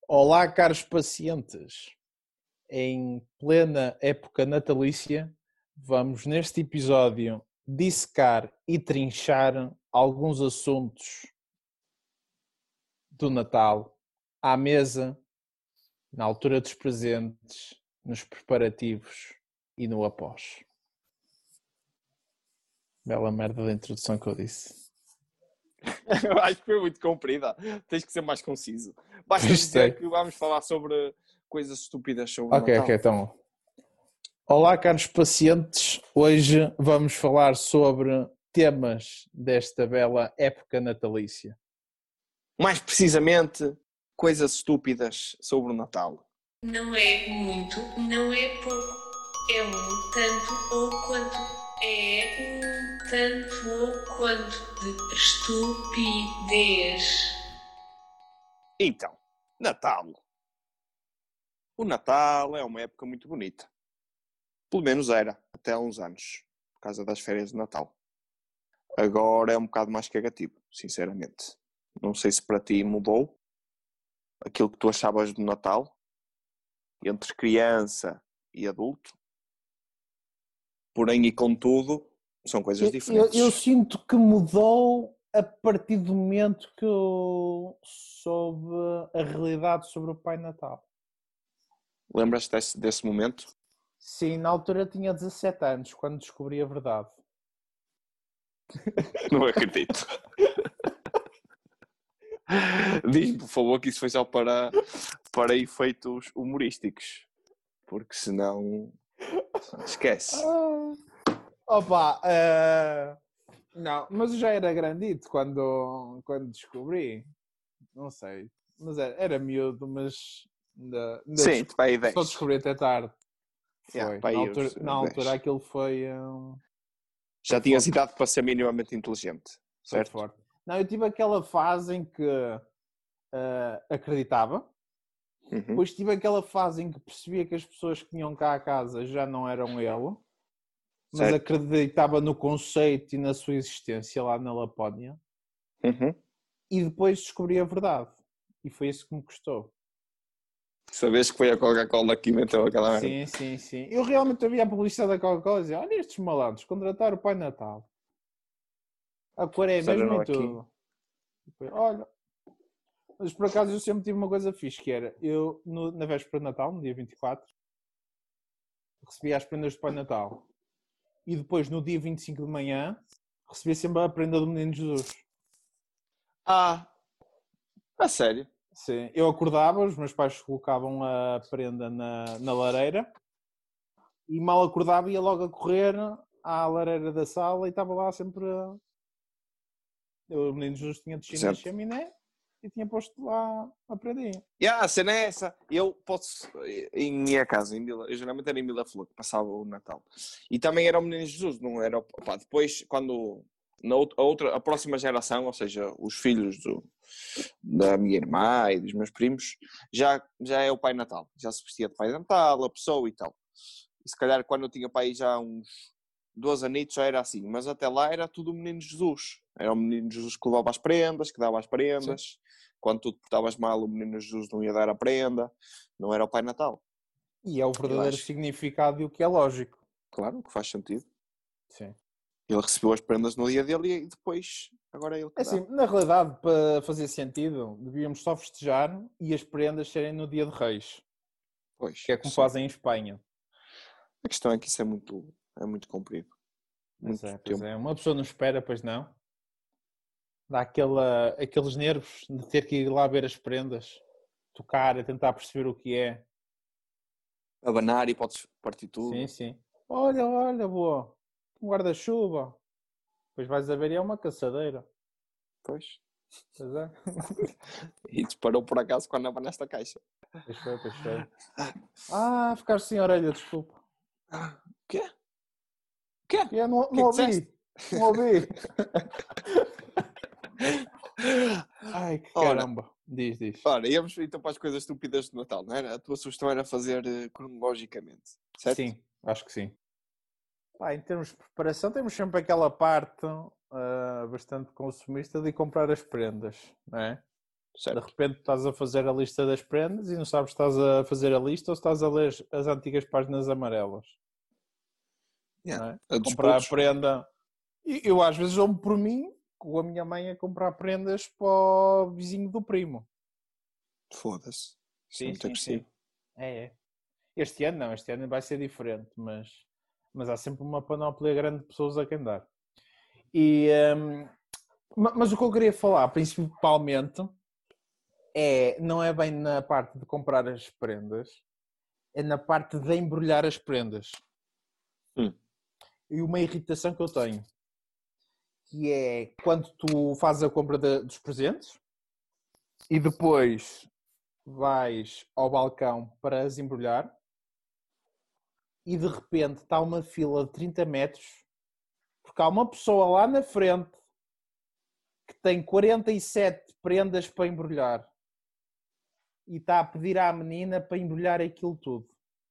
Olá, caros pacientes. Em plena época natalícia, vamos neste episódio dissecar e trinchar alguns assuntos do Natal à mesa, na altura dos presentes, nos preparativos e no após. Bela merda da introdução que eu disse. Eu acho que foi muito comprida. Tens que ser mais conciso. Basta Pois dizer sei. que vamos falar sobre coisas estúpidas sobre o Ok, Natal. então. Olá, caros pacientes. Hoje vamos falar sobre temas desta bela época natalícia. Mais precisamente, coisas estúpidas sobre o Natal. Não é muito, não é pouco. É um tanto ou quanto. É um tanto ou quanto de estupidez. Então, Natal. O Natal é uma época muito bonita. Pelo menos era, até há uns anos, por causa das férias de Natal. Agora é um bocado mais cagativo, sinceramente. Não sei se para ti mudou aquilo que tu achavas do Natal, entre criança e adulto. Porém, e contudo, são coisas diferentes. Eu sinto que mudou a partir do momento que eu soube a realidade sobre o Pai Natal. Lembras-te desse momento? Sim, na altura tinha 17 anos, quando descobri a verdade. Não acredito. Diz-me, por favor, que isso foi só para efeitos humorísticos. Porque senão... Esquece. Opa, não, mas eu já era grandito quando descobri. Não sei, mas era miúdo, mas ainda Sim, para aí 10. só descobri até tarde. Yeah, Foi. para aí Na altura 10. aquilo foi... Já tinhas idade para ser minimamente inteligente, Foi certo? forte. Não, eu tive aquela fase em que acreditava. Uhum. Depois tive aquela fase em que percebia que as pessoas que vinham cá a casa já não eram ele. Mas Certo. acreditava no conceito e na sua existência lá na Lapónia. Uhum. E depois descobri a verdade. E foi isso que me custou. Sabes que foi a Coca-Cola que inventou aquela merda? Sim, sim, sim. Eu realmente havia a publicidade da Coca-Cola e dizia, olha estes malandros, contratar o Pai Natal. A cor é mesmo Saíram e aqui. tudo. Olha. Mas por acaso eu sempre tive uma coisa fixe, que era, eu na véspera de Natal, no dia 24, recebia as prendas do Pai Natal. E depois, no dia 25 de manhã, recebia sempre a prenda do Menino Jesus. Ah, a sério? Sim. Eu acordava, os meus pais colocavam a prenda na lareira e mal acordava ia logo a correr à lareira da sala e estava lá sempre... O Menino Jesus tinha descido na chaminé e tinha posto lá a prendinha. A cena é essa. Eu posso, em minha casa, eu geralmente era em Vila Flor, que passava o Natal. E também era o Menino Jesus, não era... Opa, depois, quando a próxima geração, ou seja, os filhos da minha irmã e dos meus primos, já é o Pai Natal. Já se vestia de Pai Natal, a pessoa e tal. E se calhar quando eu tinha pai já uns 12 anitos já era assim. Mas até lá era tudo o Menino Jesus. Era o Menino Jesus que levava as prendas, que dava as prendas. Sim. Quando tu te portavas mal, o Menino Jesus não ia dar a prenda. Não era o Pai Natal. E é o verdadeiro significado e o que é lógico. Claro, que faz sentido. Sim. Ele recebeu as prendas no dia dele e depois, agora é ele que dá. Assim, na realidade, para fazer sentido, devíamos só festejar e as prendas serem no dia de Reis. Pois, que é como fazem em Espanha. A questão é que isso é muito comprido. Muito tempo. Uma pessoa não espera, pois não. Dá aqueles nervos de ter que ir lá ver as prendas, tocar, a tentar perceber o que é. Abanar e podes partir tudo. Sim, sim. Olha, boa. Um guarda-chuva. Depois vais a ver e é uma caçadeira. Pois. Pois é. E disparou por acaso quando andava nesta caixa. Pois foi. Ficaste sem orelha, desculpa. Quê? Não ouvi. Não ouvi. Ai, que caramba. Diz. Ora, íamos então para as coisas estúpidas do Natal, não era? A tua sugestão era fazer cronologicamente, certo? Sim, acho que sim. Em termos de preparação, temos sempre aquela parte bastante consumista de comprar as prendas, não é? De certo? repente estás a fazer a lista das prendas e não sabes se estás a fazer a lista ou se estás a ler as antigas páginas amarelas. Yeah. Não é? A dos Comprar a putos, prenda. E eu às vezes dou-me por mim com a minha mãe a comprar prendas para o vizinho do primo. foda-se. Isso é Sim, muito sim, sim. agressivo. É. Este ano não, este ano vai ser diferente, mas há sempre uma panóplia grande de pessoas a quem dar. Mas o que eu queria falar, principalmente, não é bem na parte de comprar as prendas, é na parte de embrulhar as prendas. E uma irritação que eu tenho, que é quando tu fazes a compra dos presentes e depois vais ao balcão para as embrulhar e de repente está uma fila de 30 metros porque há uma pessoa lá na frente que tem 47 prendas para embrulhar e está a pedir à menina para embrulhar aquilo tudo.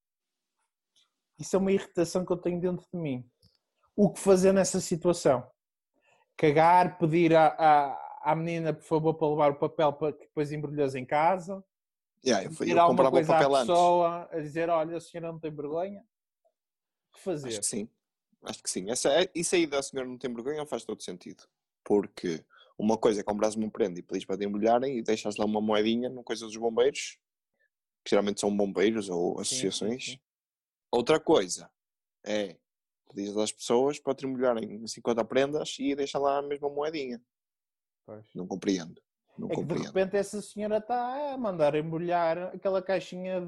Isso é uma irritação que eu tenho dentro de mim. O que fazer nessa situação? Cagar, pedir à menina, por favor, para levar o papel para que depois embrulhas em casa. Eu Alguma comprava o coisa à papel antes. pessoa, a dizer, olha, a senhora não tem vergonha. O que fazer? Acho que sim. Acho que sim. Isso aí da senhora não tem vergonha faz todo sentido. Porque uma coisa é comprar uma prenda e pedires para te embrulharem e deixas lá uma moedinha numa coisa dos bombeiros, que geralmente são bombeiros ou associações. Sim. Outra coisa é pedires às pessoas para te embrulharem 50 prendas e deixar lá a mesma moedinha. Pois. Não compreendo. Não É que de compreendo. repente essa senhora está a mandar embrulhar aquela caixinha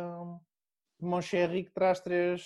de Moncherry que traz 3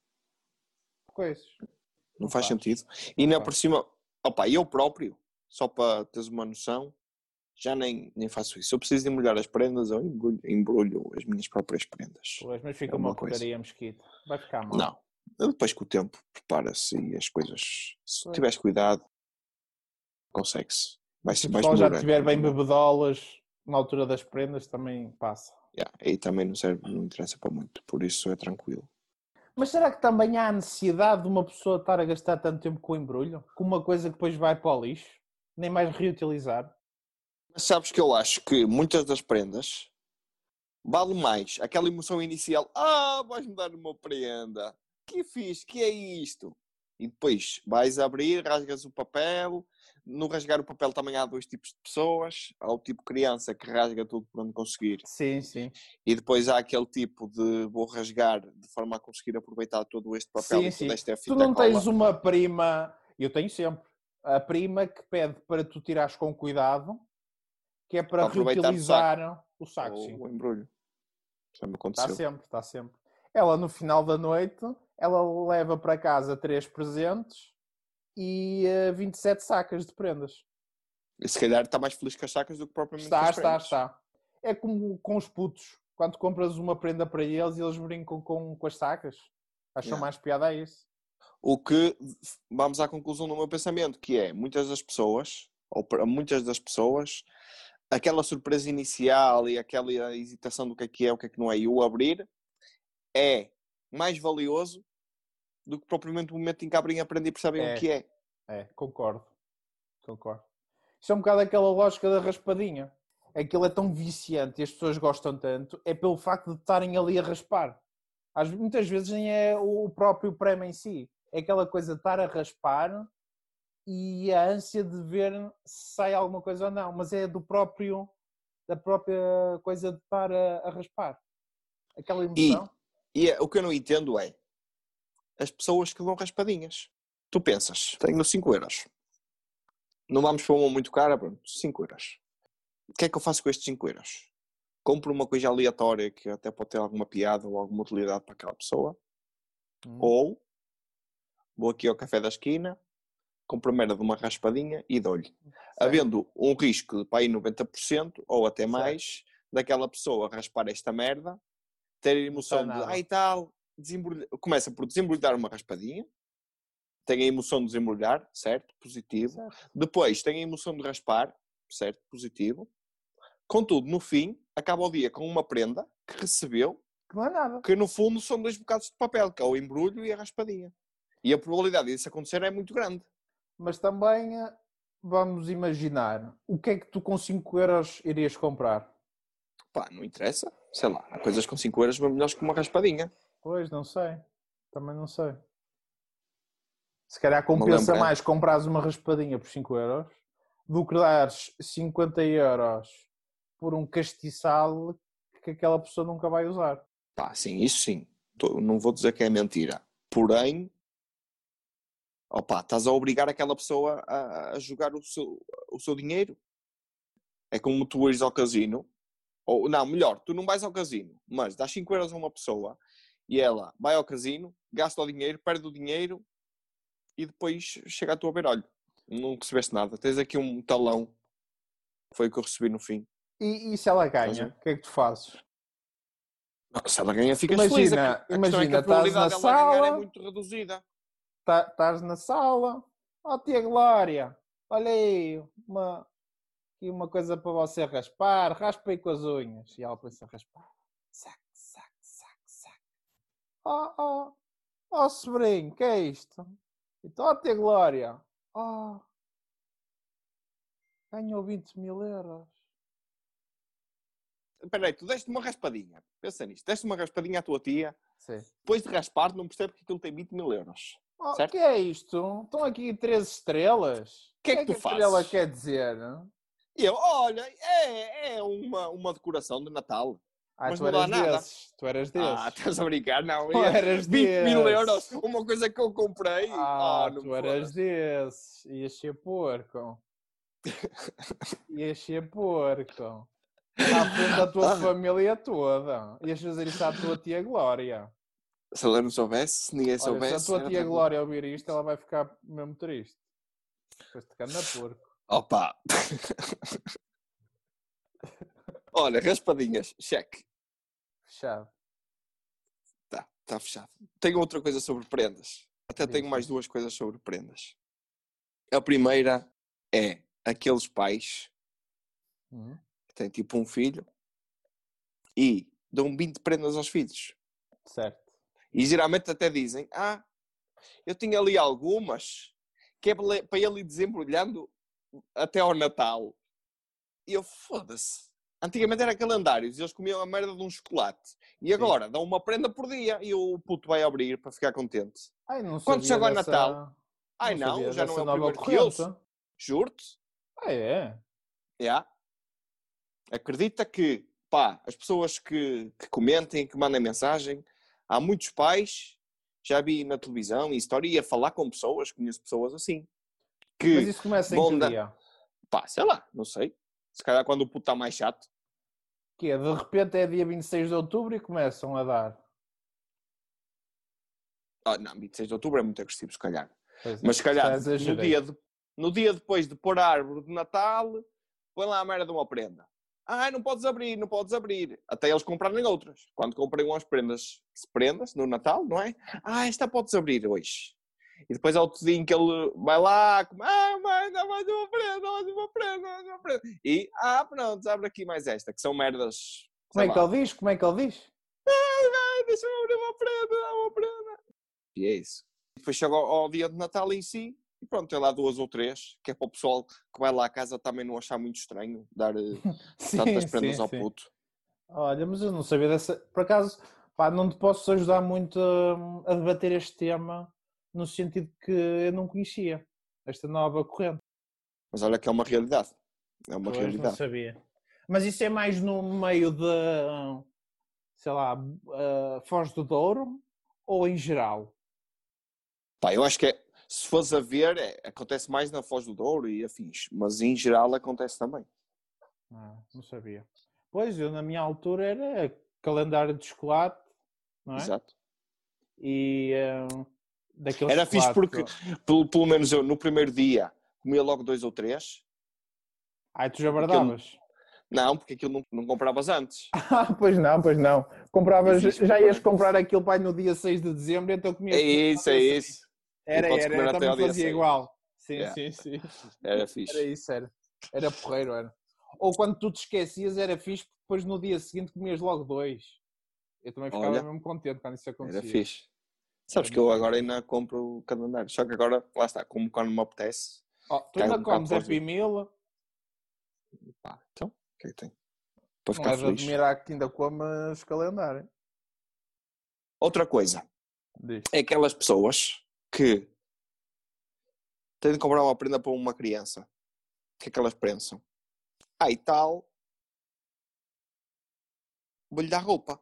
coisas. Não faz sentido. E Não ainda faz. por cima, opa, eu próprio, só para teres uma noção, já nem faço isso. Se eu preciso de embrulhar as prendas, eu embrulho as minhas próprias prendas. Pois, mas fica É uma uma porcaria mosquito. Vai ficar mal. Não. Depois com o tempo prepara-se e as coisas, se Pois. tiveres cuidado, consegue-se. Se o pessoal já estiver bem bebedolas na altura das prendas, também passa. Aí também não serve, não interessa para muito, por isso é tranquilo. Mas será que também há necessidade de uma pessoa estar a gastar tanto tempo com o embrulho? Com uma coisa que depois vai para o lixo? Nem mais reutilizar? Mas sabes que eu acho que muitas das prendas vale mais aquela emoção inicial. Vais-me dar uma prenda. Que fixe, que é isto? E depois vais abrir, rasgas o papel. No rasgar o papel também há 2 tipos de pessoas. Há o tipo criança que rasga tudo por onde conseguir. Sim, sim. E depois há aquele tipo de vou rasgar de forma a conseguir aproveitar todo este papel. Sim. Tu Tu não tens uma prima, eu tenho sempre, a prima que pede para tu tirares com cuidado, que é para aproveitar reutilizar o saco. ou Sim. o embrulho. Já me aconteceu. Está sempre. Ela no final da noite, ela leva para casa 3 presentes e 27 sacas de prendas. E se calhar está mais feliz com as sacas do que propriamente com as prendas. Está. É como com os putos. Quando compras uma prenda para eles e eles brincam com as sacas. Acham mais piada a isso. O que, vamos à conclusão do meu pensamento, que é, muitas das pessoas, ou para muitas das pessoas, aquela surpresa inicial e aquela hesitação do que é, o que não é, e o abrir, é mais valioso do que propriamente o momento em que abrem a prenda e percebem o que é. Concordo. Isto é um bocado aquela lógica da raspadinha. Aquilo é tão viciante e as pessoas gostam tanto, é pelo facto de estarem ali a raspar. Muitas vezes nem é o próprio prémio em si. É aquela coisa de estar a raspar e a ânsia de ver se sai alguma coisa ou não. Mas é da própria coisa de estar a raspar. Aquela emoção. E o que eu não entendo é as pessoas que dão raspadinhas. Tu pensas, tenho 5 euros. Não vamos para uma muito cara, pronto, 5 euros. O que é que eu faço com estes 5 euros? Compro uma coisa aleatória que até pode ter alguma piada ou alguma utilidade para aquela pessoa. Ou vou aqui ao café da esquina, compro a merda de uma raspadinha e dou-lhe. Havendo um risco de para aí 90% ou até mais daquela pessoa raspar esta merda, ter a emoção de tal, começa por desembrulhar uma raspadinha, tem a emoção de desembrulhar, certo? Positivo. Depois tem a emoção de raspar, certo? Positivo. Contudo, no fim, acaba o dia com uma prenda que recebeu, que não é nada. Que no fundo são 2 bocados de papel, que é o embrulho e a raspadinha. E a probabilidade disso acontecer é muito grande. Mas também vamos imaginar, o que é que tu com 5 euros irias comprar? Pá, não interessa. Sei lá, há coisas com 5 euros melhores que uma raspadinha. Pois, não sei. Também não sei. Se calhar Uma compensa lembrança. mais comprares uma raspadinha por 5 euros do que dares 50 euros por um castiçal que aquela pessoa nunca vai usar. Pá, sim, isso sim. Não vou dizer que é mentira. Porém, opá, estás a obrigar aquela pessoa a jogar o seu dinheiro. É como tu ires ao casino. Ou, não, melhor, tu não vais ao casino, mas dás 5 euros a uma pessoa e ela vai ao casino, gasta o dinheiro, perde o dinheiro e depois chega a tua ver, olha, não recebeste nada. Tens aqui um talão. Foi o que eu recebi no fim. E se ela ganha, o que é que tu fazes? Se ela ganha, ficas feliz. A questão é que a probabilidade dela ganhar é muito reduzida. Estás na sala. Oh, tia Glória, olha aí, uma coisa para você raspar. Raspa aí com as unhas. E ela pensa a raspar. Sac, sac, sac, sac. Oh, sobrinho, que é isto? Então, oh, tia Glória. Oh, ganhou 20 mil euros. Espera aí, tu deste uma raspadinha. Pensa nisto. Deste uma raspadinha à tua tia. Sim. Depois de raspar, não percebe que aquilo tem 20 mil euros. O certo? que é isto? Estão aqui 13 estrelas. O que é que tu a fazes? estrela quer dizer? E eu, olha, é uma decoração de Natal. Mas tu não dá eras nada. desses. Tu eras desses. Estás a brincar? Não, Tu eras 20 mil desses. euros. Uma coisa que eu comprei. Não tu me eras fodas. desses. Ias ser porco. Ias ser porco. À frente da tua família toda. Ias fazer isso à tua tia Glória. Se ela não soubesse, se ninguém Olha, soubesse. se a tua era tia tranquilo. Glória ouvir isto, ela vai ficar mesmo triste. Depois de cana porco. Opa! Olha, raspadinhas, cheque. Fechado. Tá fechado. Tenho outra coisa sobre prendas. Até tenho Diz, mais diz. 2 coisas sobre prendas. A primeira é aqueles pais que têm tipo um filho e dão 20 prendas aos filhos. Certo. E geralmente até dizem, eu tinha ali algumas que é para ele ir desembrulhando até ao Natal. E eu, foda-se. Antigamente era calendários e eles comiam a merda de um chocolate. E agora dão uma prenda por dia e o puto vai abrir para ficar contente. Não Quando sabia chega ao dessa... Natal, sabia já não dessa é o nova primeiro que eles. corrente. Juro-te. É? Yeah. Acredita que, as pessoas que comentem, que mandem mensagem, há muitos pais, já vi na televisão e história, ia falar com pessoas, conheço pessoas assim. Que Mas isso começa em que dia? Sei lá, não sei. Se calhar quando o puto está mais chato. Que é, de repente é dia 26 de outubro e começam a dar. Não, 26 de outubro é muito agressivo, se calhar. Pois é, Mas se calhar no dia depois de pôr a árvore de Natal, põe lá a merda de uma prenda. Não podes abrir. Até eles comprarem outras. Quando comprem umas prendas no Natal, não é? Esta podes abrir hoje. E depois há outro dia em que ele vai lá, mãe, dá mais uma prenda. E, pronto, abre aqui mais esta, que são merdas. Como é que ele diz? Deixa-me abrir uma prenda. E é isso. E depois chega ao dia de Natal em si, e pronto, tem lá 2 ou 3, que é para o pessoal que vai lá à casa também não achar muito estranho dar tantas prendas ao puto. Olha, mas eu não sabia dessa... Por acaso, não te posso ajudar muito a debater este tema, no sentido que eu não conhecia esta nova corrente. Mas olha que é uma realidade. É uma realidade. Não sabia. Mas isso é mais no meio de, sei lá, Foz do Douro ou em geral? Eu acho que se fores a ver, acontece mais na Foz do Douro e afins, mas em geral acontece também. Não sabia. Pois, eu na minha altura era calendário de chocolate, não é? Exato. E daquele era fixe porque, pelo menos eu, no primeiro dia, comia logo 2 ou 3. Tu já guardavas? Não, porque aquilo não compravas antes. Pois não. Compravas, já ias comprar aquilo para no dia 6 de dezembro, então comias... É isso. Era, eu também fazia igual. Sim. Era fixe. Era porreiro, era. Ou quando tu te esquecias era fixe, porque depois no dia seguinte comias logo 2. Eu também ficava mesmo contente quando isso acontecia. Era fixe. Sabes que eu agora ainda compro o calendário, só que agora, lá está, como quando me apetece, Oh, tu Cai ainda um bocado comes para os Happy Meal? Pá, então, o que é que tem? Para Não ficar és feliz. admirar que ainda comas calendário. Outra coisa, Diz. é aquelas pessoas que têm de comprar uma prenda para uma criança. O que é que elas pensam? E tal, vou-lhe dar roupa.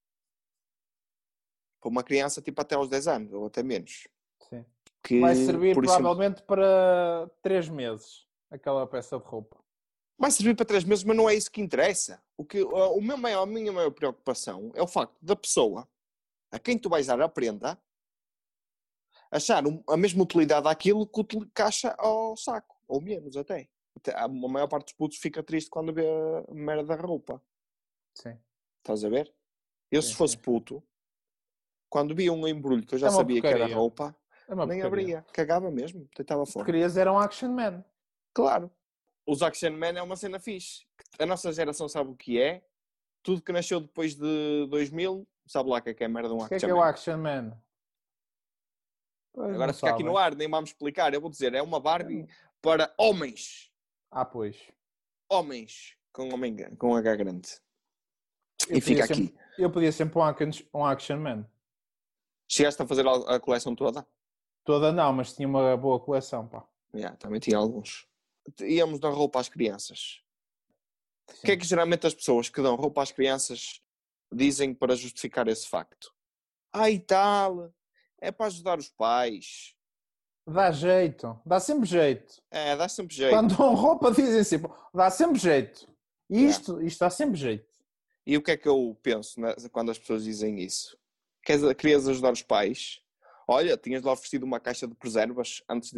Para uma criança tipo até aos 10 anos, ou até menos. Sim. Que, Vai servir por isso, provavelmente para 3 meses, aquela peça de roupa. vai servir para 3 meses, mas não é isso que interessa. A minha maior preocupação é o facto da pessoa a quem tu vais dar a prenda achar a mesma utilidade daquilo que acha ao saco, ou menos até. A maior parte dos putos fica triste quando vê a merda da roupa. Sim. Estás a ver? Eu, Sim, se fosse sim. puto, quando via um embrulho que eu já É uma sabia que era porcaria. roupa, É uma nem porcaria. abria. Cagava mesmo, deitava Tu fora. querias era um Action Man. Claro. Os Action Man é uma cena fixe. A nossa geração sabe o que é. Tudo que nasceu depois de 2000, sabe lá o que é merda de um O que Action é o Man. Action Man? Pois não Agora fica aqui sabem. no ar, nem vamos explicar. Eu vou dizer, é uma Barbie para homens. Pois. Homens com H grande. E fica aqui. Eu pedia sempre um Action Man. Chegaste a fazer a coleção toda? Toda não, mas tinha uma boa coleção, pá. Também tinha alguns. Íamos dar roupa às crianças. Sim. O que é que geralmente as pessoas que dão roupa às crianças dizem para justificar esse facto? E tal, é para ajudar os pais. Dá jeito. Dá sempre jeito. Dá sempre jeito. Quando dão roupa dizem sempre, dá sempre jeito. E isto dá sempre jeito. E o que é que eu penso quando as pessoas dizem isso? Querias ajudar os pais? Olha, tinhas lá oferecido uma caixa de preservas antes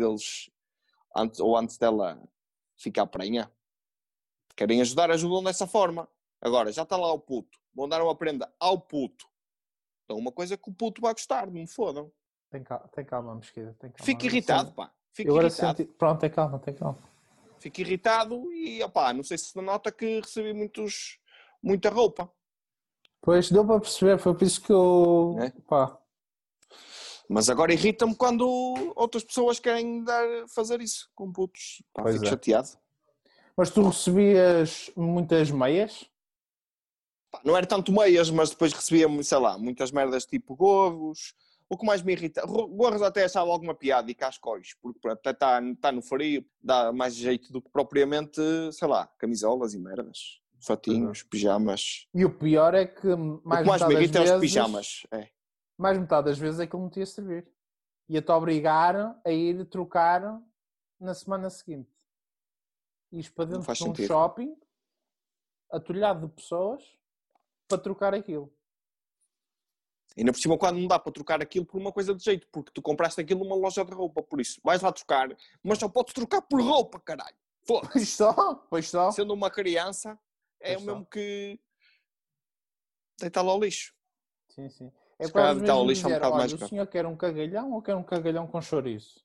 dela ficar prenha. Querem ajudar, ajudam dessa forma. Agora, já está lá o puto. Vão dar uma prenda ao puto. Então, uma coisa que o puto vai gostar, não me fodam. Tem calma, Mesquita. Tem calma. Fico irritado, pá. Eu agora senti... Pronto, tem calma. Fico irritado e, não sei se se nota que recebi muita roupa. Pois, deu para perceber, foi por isso que eu... Pá. Mas agora irrita-me quando outras pessoas querem fazer isso com putos. Fico chateado. Mas tu recebias muitas meias? Não era tanto meias, mas depois recebia, sei lá, muitas merdas tipo gorros. O que mais me irrita, gorros até achava alguma piada e cascóis, porque até está no frio, dá mais jeito do que propriamente, sei lá, camisolas e merdas, fatinhos, pijamas. E o pior é que o que mais me irrita é os pijamas. Mais metade das vezes aquilo não te ia servir. Ia-te obrigar a ir trocar na semana seguinte. Ires para dentro de um shopping atulhado de pessoas para trocar aquilo. E ainda por cima quando não dá para trocar aquilo por uma coisa de jeito, porque tu compraste aquilo numa loja de roupa, por isso vais lá trocar, mas só podes trocar por roupa, caralho. Pois só. Sendo uma criança, é o mesmo que deitá-lo ao lixo. Sim. É para os mesmos dizer, olha, o senhor quer um cagalhão ou quer um cagalhão com chouriço?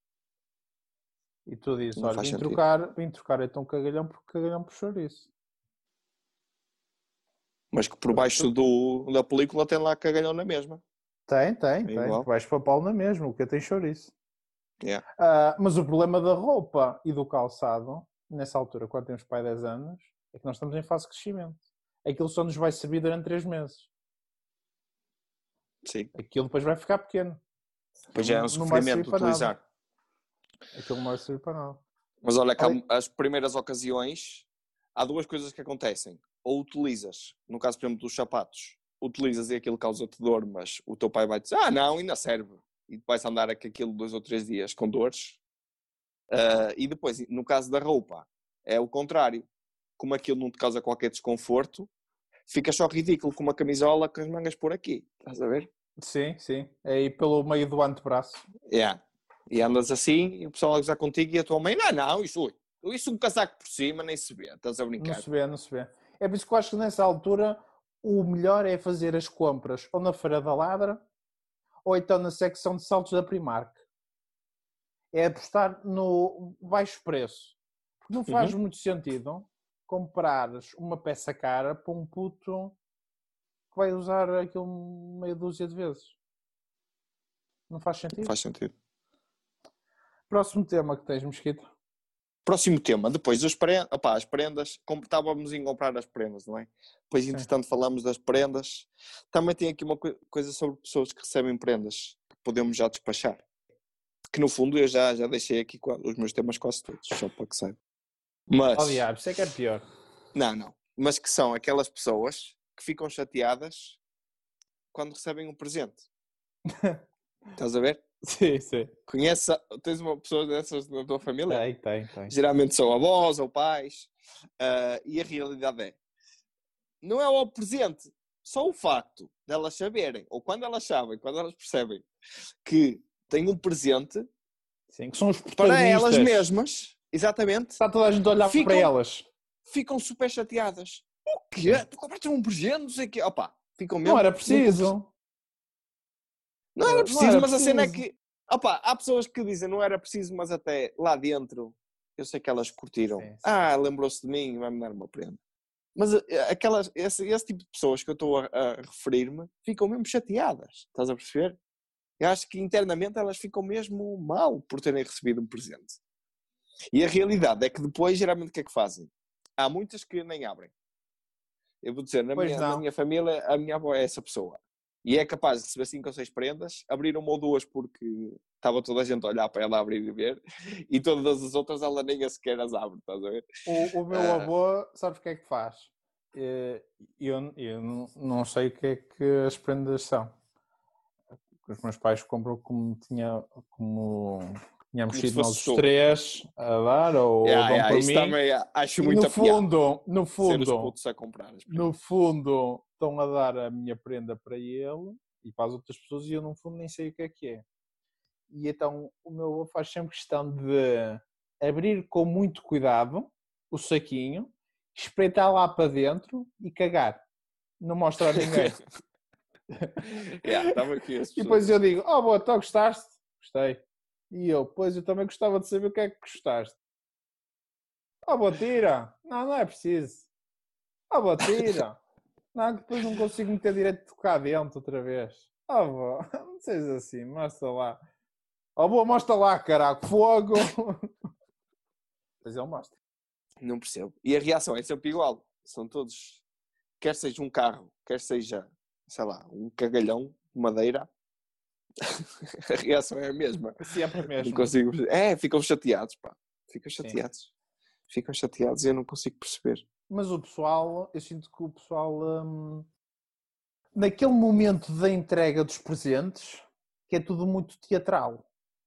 E tu dizes, olha, vim trocar então um cagalhão por cagalhão por chouriço. Mas que por baixo da película tem lá cagalhão na mesma. Tem. Por baixo para Paulo na mesma, o que tem chouriço. Yeah. Mas o problema da roupa e do calçado, nessa altura, quando temos pai 10 anos, é que nós estamos em fase de crescimento. Aquilo só nos vai servir durante 3 meses. Sim. Aquilo depois vai ficar pequeno. Depois já é um sofrimento utilizar. Aquilo não vai servir para nada. Mas olha, as primeiras ocasiões, há duas coisas que acontecem. Ou utilizas, no caso, por exemplo, dos sapatos, utilizas e aquilo causa-te dor, mas o teu pai vai dizer, não, ainda serve. E vais andar com aquilo 2 ou 3 dias com dores. E depois, no caso da roupa, é o contrário. Como aquilo não te causa qualquer desconforto, fica só ridículo com uma camisola com as mangas por aqui. Estás a ver? Sim. É aí pelo meio do antebraço. E andas assim, e o pessoal a gozar contigo e a tua mãe, não, isso um casaco por cima nem se vê. Estás a brincar? Não se vê. É por isso que eu acho que nessa altura o melhor é fazer as compras ou na Feira da Ladra ou então na secção de saltos da Primark. É apostar no baixo preço. Porque não faz muito sentido comprares uma peça cara para um puto que vai usar aquilo meia dúzia de vezes. Não faz sentido. Faz sentido. Próximo tema que tens, Mesquita. Próximo tema, depois as prendas, estávamos em comprar as prendas, não é? Depois, entretanto, falamos das prendas. Também tem aqui uma coisa sobre pessoas que recebem prendas, que podemos já despachar. Que no fundo eu já deixei aqui os meus temas quase todos, só para que saiba. Mas... Oh, diabo, isso é que é pior. Não. Mas que são aquelas pessoas que ficam chateadas quando recebem um presente. Estás a ver? Sim. Tens uma pessoa dessas na tua família? Tem. Geralmente são avós ou pais. E a realidade não é o presente, só o facto delas saberem, ou quando elas sabem, quando elas percebem que têm um presente, sim, que são os para elas mesmas, exatamente, está toda a gente a olhar para elas. Ficam super chateadas. O quê? Tu compraste um presente, não sei o quê. Opa, ficam mesmo... Não era preciso. Não era preciso, mas a cena é que... Opa, há pessoas que dizem não era preciso, mas até lá dentro eu sei que elas curtiram. Sim. Lembrou-se de mim e vai-me dar uma prenda. Mas esse tipo de pessoas que eu estou a referir-me ficam mesmo chateadas. Estás a perceber? Eu acho que internamente elas ficam mesmo mal por terem recebido um presente. E a realidade é que depois, geralmente, o que é que fazem? Há muitas que nem abrem. Eu vou dizer, na minha família, a minha avó é essa pessoa. E é capaz de receber 5 ou 6 prendas, abrir uma ou duas porque estava toda a gente a olhar para ela abrir e ver, e todas as outras ela nem sequer as abre, estás a ver? O meu avô, sabes o que é que faz? Eu não sei o que é que as prendas são. Os meus pais compram como tínhamos sido nós os três a dar, ou dão por mim. Também acho muito piada. No fundo, ser os putos a comprar. No fundo, estão a dar a minha prenda para ele e para as outras pessoas e eu, no fundo, nem sei o que é. E então, o meu avô faz sempre questão de abrir com muito cuidado o saquinho, espreitar lá para dentro e cagar. Não mostra a ninguém. E depois eu digo, boa, tu gostaste? Gostei. E eu, pois eu também gostava de saber o que é que gostaste. Boa, tira. Não é preciso. Boa, tira. Não, que depois não consigo meter direito de tocar dentro outra vez. Boa, não sejas assim, mostra lá. Boa, mostra lá, caraca, fogo. Pois ele mostra. Não percebo. E a reação é sempre igual. São todos, quer seja um carro, quer seja, sei lá, um cagalhão de madeira, a reação é a mesma. Sempre a mesma. Não consigo... ficam chateados, pá. Ficam chateados. Sim. Ficam chateados e eu não consigo perceber. Mas o pessoal, eu sinto que o pessoal, naquele momento da entrega dos presentes, que é tudo muito teatral.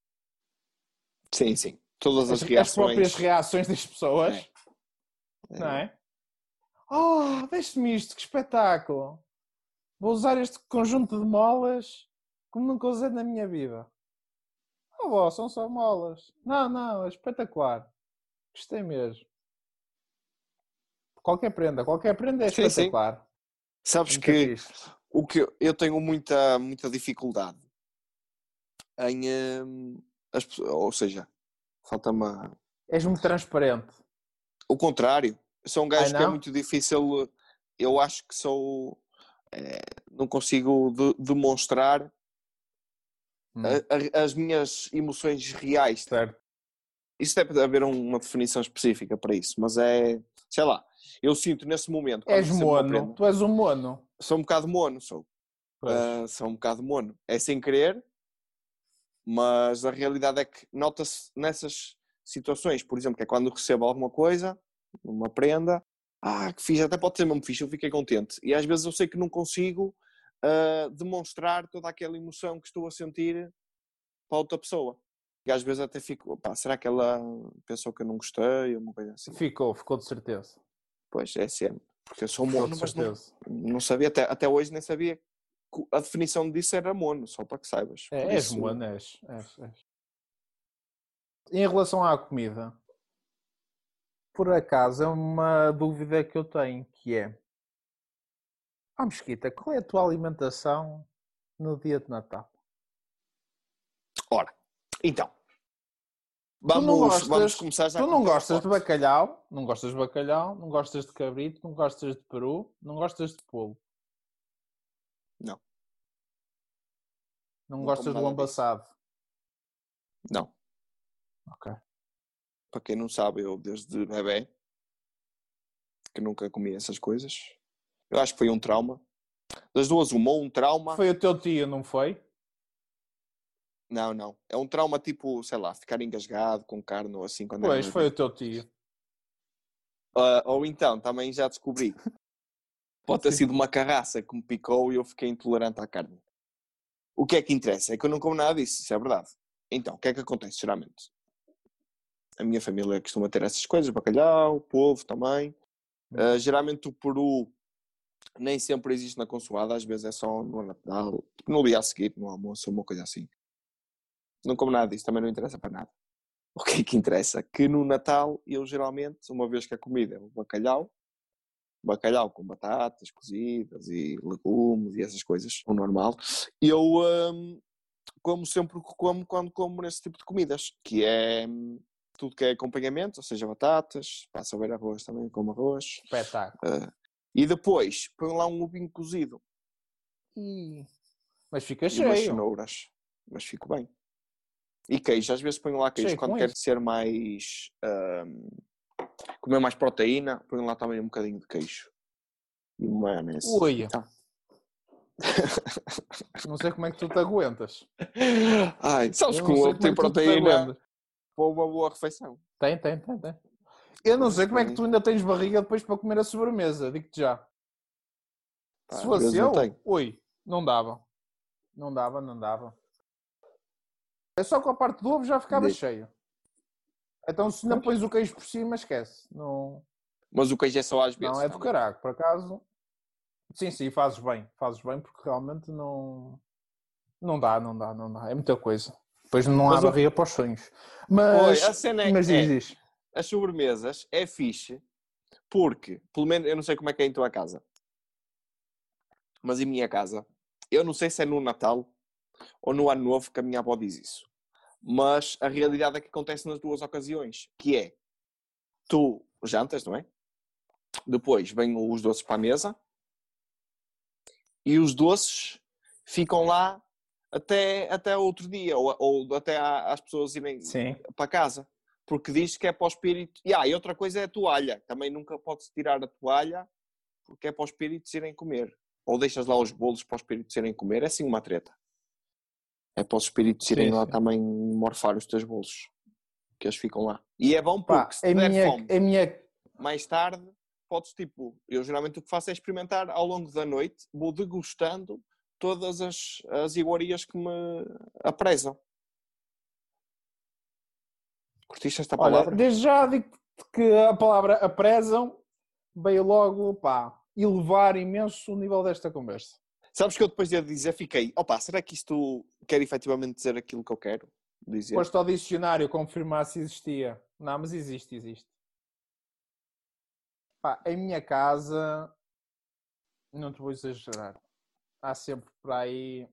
Sim. Todas as reações. As próprias reações das pessoas. Não é? Deixe-me isto, que espetáculo. Vou usar este conjunto de molas como nunca usei na minha vida. São só molas. Não, é espetacular. Gostei mesmo. Qualquer prenda é espetacular. Sim. Sabes que o que eu tenho muita dificuldade em... ou seja, falta-me... És muito transparente. O contrário. Sou um gajo que é muito difícil... Eu acho que sou... não consigo demonstrar as minhas emoções reais. Certo. Isso deve haver uma definição específica para isso, mas sei lá, eu sinto nesse momento... És mono, tu és um mono. Sou um bocado mono, sou um bocado mono. É sem querer, mas a realidade é que nota-se nessas situações, por exemplo, que é quando recebo alguma coisa, uma prenda, que fiz, até pode ser mesmo fixe, eu fiquei contente. E às vezes eu sei que não consigo demonstrar toda aquela emoção que estou a sentir para outra pessoa. E às vezes até fico, será que ela pensou que eu não gostei? Ou uma coisa assim. Ficou de certeza. Pois, é sempre. Porque eu sou mono, mas não sabia, até hoje nem sabia que a definição disso era mono, só para que saibas. És mono, és. Em relação à comida, por acaso é uma dúvida que eu tenho, que é: Mesquita, qual é a tua alimentação no dia de Natal? Ora, então, vamos começar já. Tu não gostas de bacalhau, não gostas de cabrito, não gostas de peru, não gostas de polvo. Não. Não gostas de lombo assado. Não. Ok. Para quem não sabe, eu desde bebê que nunca comi essas coisas. Eu acho que foi um trauma. Das duas, uma, ou um trauma. Foi o teu tio, não foi? Não. É um trauma tipo, sei lá, ficar engasgado com carne ou assim quando era Pois, foi bebê. o teu tio. Ou então, também já descobri. Pode ter Sim. sido uma carraça que me picou e eu fiquei intolerante à carne. O que é que interessa? É que eu não como nada disso, isso é verdade. Então, o que é que acontece geralmente? A minha família costuma ter essas coisas, bacalhau, polvo também. Geralmente o peru nem sempre existe na consoada, às vezes é só no Natal, no dia a seguir, no almoço, ou uma coisa assim. Não como nada disso, também não interessa para nada. O que é que interessa? Que no Natal, eu geralmente, uma vez que a comida é o bacalhau com batatas cozidas e legumes e essas coisas, o normal, eu como sempre o que como quando como nesse tipo de comidas, que é tudo que é acompanhamento, ou seja, batatas, se houver arroz também como arroz. Espetáculo. E depois põe lá um ovinho cozido Mas fica e umas cheio. cenouras, mas fico bem. E queijo, às vezes ponho lá queijo Cheio quando com quero isso. ser mais comer mais proteína, ponho lá também um bocadinho de queijo e maionese. Ui. Tá. Não sei como é que tu te aguentas. Ai, sabes Eu que não sei um ovo como é tem que tu te proteína aguentas. para uma boa refeição. Tem. Eu não sei como é que Tem. tu ainda tens barriga depois para comer a sobremesa, digo-te já. Pá, Se às vezes fosse não tenho. eu, não dava. Não dava. É só com a parte do ovo já ficava Diz. cheio. Então se ainda pões o queijo por cima, esquece. Não, Mas o queijo é só às vezes. não é do também. caraco, por acaso. Sim, fazes bem porque realmente não dá. É muita coisa. Depois não há Mas barriga para os sonhos. Oi, Mas, a cena mas diz. as sobremesas é fixe porque, pelo menos, eu não sei como é que é em tua casa, mas em minha casa, eu não sei se é no Natal ou no Ano Novo que a minha avó diz isso. Mas a realidade é que acontece nas duas ocasiões, que é, tu jantas, não é? Depois vêm os doces para a mesa e os doces ficam lá até outro dia, ou até às pessoas irem Sim. para casa. Porque diz que é para o espírito. E outra coisa é a toalha. Também nunca pode-se tirar a toalha porque é para os espíritos irem comer. Ou deixas lá os bolos para os espíritos irem comer. É assim uma treta. É para os espíritos irem lá também morfar os teus bolos. Que eles ficam lá. E é bom porque se te der fome mais tarde, podes tipo... Eu geralmente o que faço é experimentar ao longo da noite. Vou degustando todas as iguarias que me apresam. Curtiste esta palavra? Olha, desde já digo que a palavra aprezam veio logo, elevar imenso o nível desta conversa. Sabes que eu depois de dizer fiquei, será que isto quer efetivamente dizer aquilo que eu quero dizer? Foste ao dicionário confirmar se existia. Não, mas existe. Em minha casa, não te vou exagerar, há sempre por aí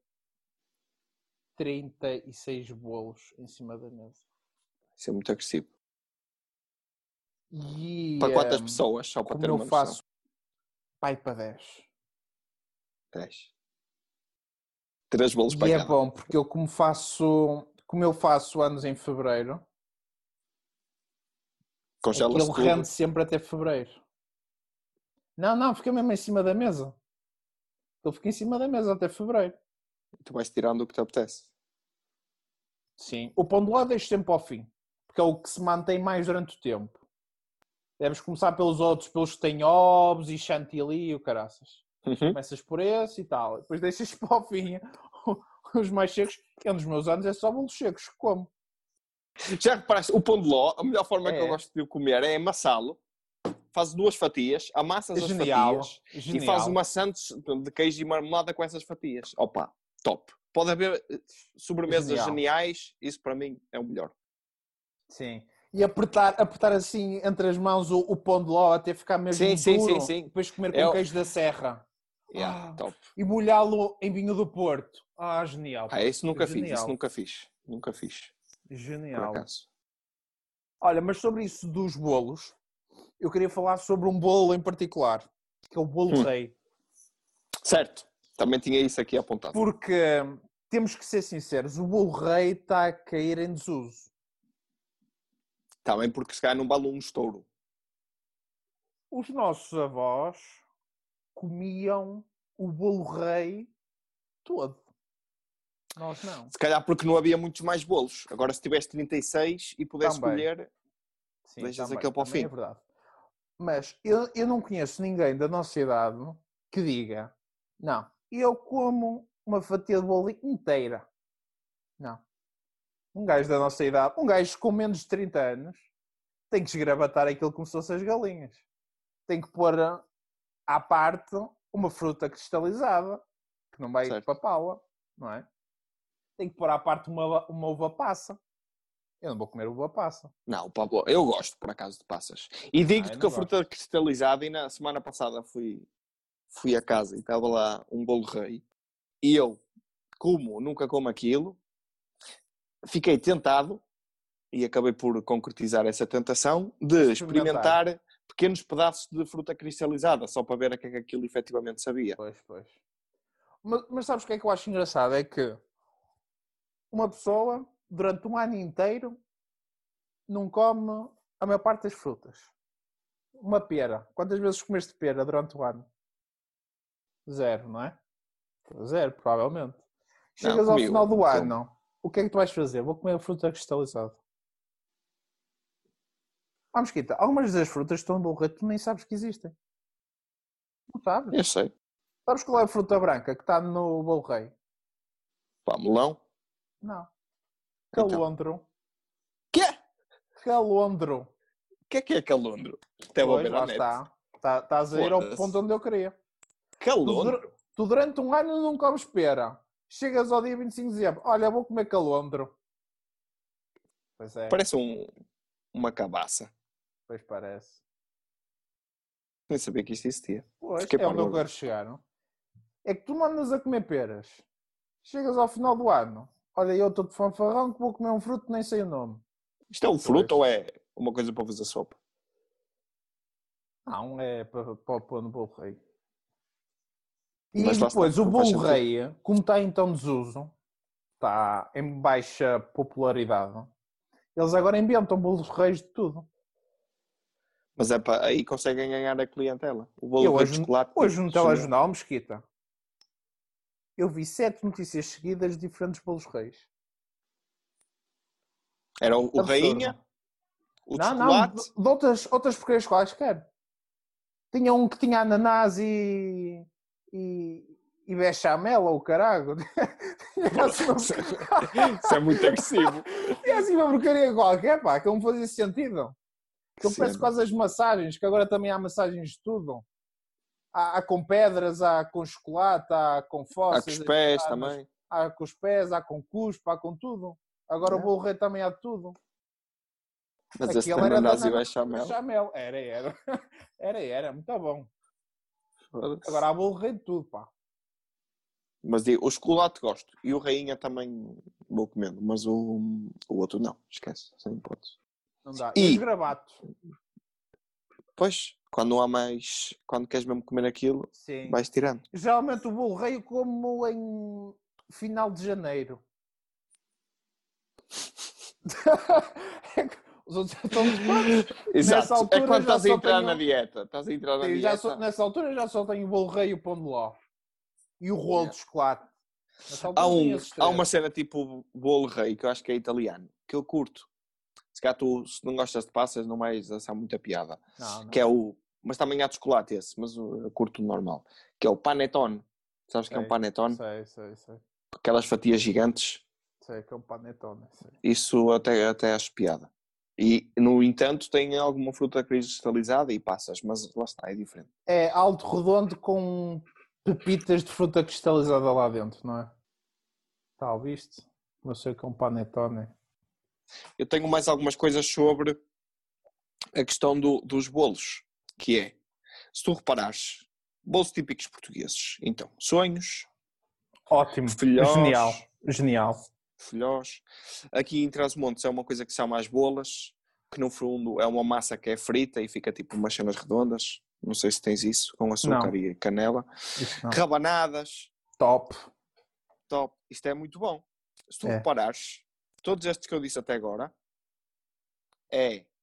36 bolos em cima da mesa. Isso é muito agressivo. E, para quantas pessoas? Só para como ter eu uma faço, noção. para 10. 10. 3 bolos para E é cada. bom, porque eu como eu faço anos em fevereiro, Congelas aquilo tudo. rende sempre até fevereiro. Não, fica mesmo em cima da mesa. Ele fica em cima da mesa até fevereiro. E tu vais tirando o que te apetece. Sim. O pão de ló deixo sempre ao fim. Porque é o que se mantém mais durante o tempo. Deves começar pelos outros, pelos que têm ovos e chantilly e o caraças. Começas por esse e tal. Depois deixas para o fim os mais secos. E um dos meus anos é só bolos secos que como. Já reparaste, o pão de ló, a melhor forma que eu gosto de o comer é amassá-lo. Fazes 2 fatias, amassas as fatias e fazes uma sandes de queijo e marmelada com essas fatias. Opa, top. Pode haver sobremesas geniais, isso para mim é o melhor. Sim. E apertar assim entre as mãos o pão de ló até ficar mesmo duro. Sim. Depois comer com queijo da serra. Top. E molhá-lo em vinho do Porto. Genial. Isso nunca fiz. Genial. Por acaso. Olha, mas sobre isso dos bolos, eu queria falar sobre um bolo em particular, que é o bolo rei. Certo. Também tinha isso aqui apontado. Porque, temos que ser sinceros, o bolo rei está a cair em desuso. Também porque se calhar não vale um estouro. Os nossos avós comiam o bolo rei todo. Nós não. Se calhar porque não havia muitos mais bolos. Agora se tivesse 36 e pudesse Também. escolher, Sim, deixas também, aquele para o também fim. é verdade. Mas eu não conheço ninguém da nossa idade que diga, não, eu como uma fatia de bolo inteira. Não. Um gajo da nossa idade, um gajo com menos de 30 anos, tem que esgravatar aquilo como se fossem as galinhas. Tem que pôr à parte uma fruta cristalizada, que não vai Certo. papá-la, não é? Tem que pôr à parte uma uva passa. Eu não vou comer uva passa. Não, Pablo, eu gosto, por acaso, de passas. E digo-te eu que a não fruta cristalizada, e na semana passada fui a casa e estava lá um bolo rei, e eu nunca como aquilo, fiquei tentado, e acabei por concretizar essa tentação, de experimentar pequenos pedaços de fruta cristalizada, só para ver a que é que aquilo efetivamente sabia. Pois. Mas sabes o que é que eu acho engraçado? É que uma pessoa, durante um ano inteiro, não come a maior parte das frutas. Uma pera. Quantas vezes comeste pera durante o ano? 0, não é? 0, provavelmente. Chegas ao final do ano, o que é que tu vais fazer? Vou comer a fruta cristalizada. Mesquita, algumas das frutas que estão no bolo rei, tu nem sabes que existem. Não sabes? Eu sei. Sabes qual é a fruta branca que está no bolo rei? Pá, melão? Não. Calondro. Quê? Calondro. O que é calondro? Até vou ver Lá a net. está. Estás a ir ao ponto onde eu queria. Calondro? Tu durante um ano não comes pera. Chegas ao dia 25 de dezembro. Olha, vou comer calondro. Pois é. Parece uma cabaça. Pois parece. Nem sabia que isto existia. Pois, Fiquei é onde eu parvo. quero chegar, não? É que tu não andas a comer peras. Chegas ao final do ano. Olha, eu estou de fanfarrão que vou comer um fruto que nem sei o nome. Isto é um fruto ou é uma coisa para fazer sopa? Não, é para pôr no bolo rei. E Mas lá depois está, o não faz bolo sentido. rei, como está então desuso, está em baixa popularidade, eles agora inventam bolos reis de tudo. Mas é para aí conseguem ganhar a clientela. O bolo Eu rei de chocolate. hoje no genial. telejornal, Mesquita, eu vi 7 notícias seguidas de diferentes bolos reis. Era o Absurdo. rainha, o Não, chocolate. de outras porcarias quaisquer. Tinha um que tinha ananás e bechamel, ou caralho. Isso é muito agressivo. É assim uma porcaria qualquer, pá, que não fazia sentido. Que parece quase as massagens, que agora também há massagens de tudo. Há com pedras, há com chocolate, há com fósseis. Há com os pés também. Há com os pés, há com cuspo, há com tudo. Agora o bolo rei também há de tudo. Mas esse tem ananás e bechamel. Era, muito bom. Agora há bolo rei de tudo, pá. Mas digo, o chocolate gosto. E o rainha também vou comendo. Mas o outro não. Esquece. Sem hipótese. Não dá. E os gravatos? Pois, quando há mais... Quando queres mesmo comer aquilo, sim, vais tirando. Geralmente o bolo rei eu como em final de janeiro. Os outros estão descontos. Exato. Altura, é quando estás a entrar tenho... na dieta. Estás a entrar na dieta. Nessa altura já só tenho o bolo rei e o pão de ló. E o rolo de chocolate. Há uma cena tipo bolo rei, que eu acho que é italiano, que eu curto. Se calhar tu, se não gostas de passas, não vais achar muita piada. Não. Que é mas também há de chocolate esse, mas eu curto normal. Que é o panettone. Sabes que é um panettone? Sei. Aquelas fatias gigantes. Sei que é um panettone. Sei. Isso até acho piada. E, no entanto, tem alguma fruta cristalizada e passas, mas lá está, é diferente. É alto redondo com pepitas de fruta cristalizada lá dentro, não é? Está, viste? Não sei que é um panettone. Eu tenho mais algumas coisas sobre a questão dos bolos, que é, se tu reparares, bolos típicos portugueses, então, sonhos, ótimo, filhós, genial. Filhós. Aqui em Trás-os-Montes é uma coisa que se chama as bolas, que no fundo é uma massa que é frita e fica tipo umas cenas redondas. Não sei se tens isso, com açúcar e canela. Rabanadas. Top. Isto é muito bom. Se tu reparares, todos estes que eu disse até agora, é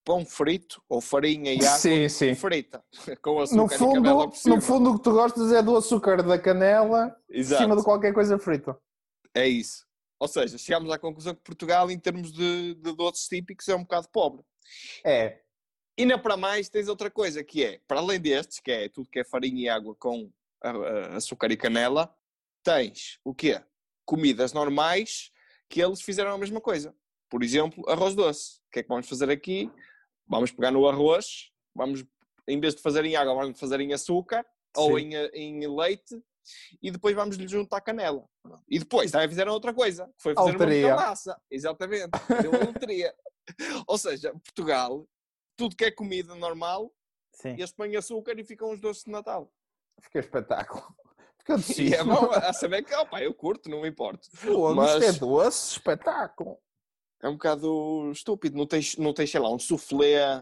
pão frito ou farinha e água Sim. frita. Com açúcar e canela por cima. No fundo, o que tu gostas é do açúcar da canela em cima de qualquer coisa frita. É isso. Ou seja, chegámos à conclusão que Portugal, em termos de doces típicos, é um bocado pobre. É. E ainda para mais tens outra coisa, que é, para além destes, que é tudo que é farinha e água com açúcar e canela, tens o quê? Comidas normais que eles fizeram a mesma coisa. Por exemplo, arroz doce. O que é que vamos fazer aqui? Vamos pegar no arroz, em vez de fazer em água, vamos fazer em açúcar ou em leite e depois vamos lhe juntar canela. E depois também fizeram outra coisa, que foi fazer uma massa. Exatamente, deu a loteria. Ou seja, Portugal, tudo que é comida normal, eles põem açúcar e ficam os doces de Natal. Fica espetáculo. Fica E é bom a saber que, eu curto, não me importo. Mas isto é doce, espetáculo. É um bocado estúpido, não tens, sei lá, um soufflé,